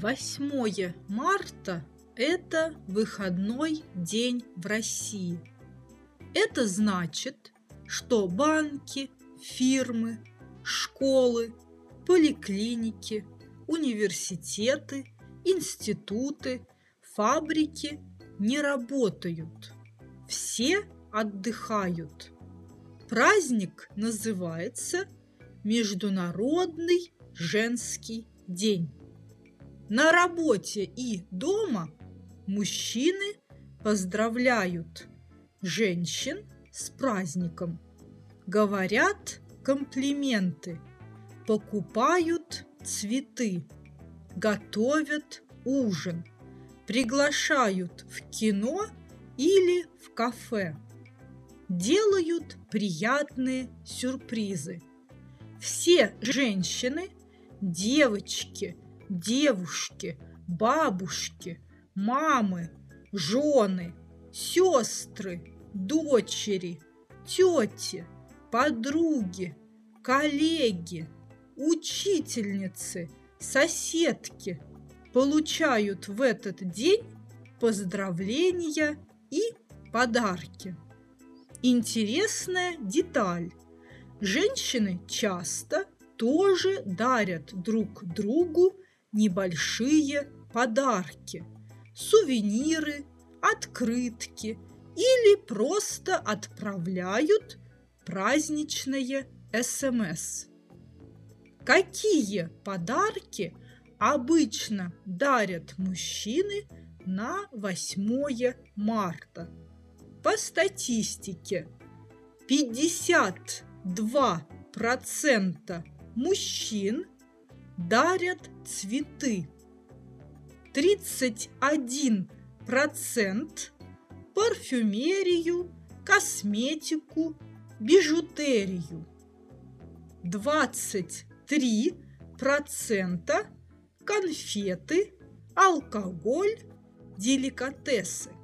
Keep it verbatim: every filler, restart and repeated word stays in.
восьмое марта – это выходной день в России. Это значит, что банки, фирмы, школы, поликлиники, университеты, институты, фабрики не работают. Все отдыхают. Праздник называется Международный женский день. На работе и дома мужчины поздравляют женщин с праздником, говорят комплименты, покупают цветы, готовят ужин, приглашают в кино или в кафе, делают приятные сюрпризы. Все женщины, девочки, девушки, бабушки, мамы, жены, сестры, дочери, тети, подруги, коллеги, учительницы, соседки получают в этот день поздравления и подарки. Интересная деталь. Женщины часто тоже дарят друг другу небольшие подарки, сувениры, открытки или просто отправляют праздничные эс эм эс. Какие подарки обычно дарят мужчины на восьмое марта? По статистике, пятьдесят два процента мужчин дарят цветы, тридцать один процент парфюмерию, косметику, бижутерию, двадцать три процента конфеты, алкоголь, деликатесы.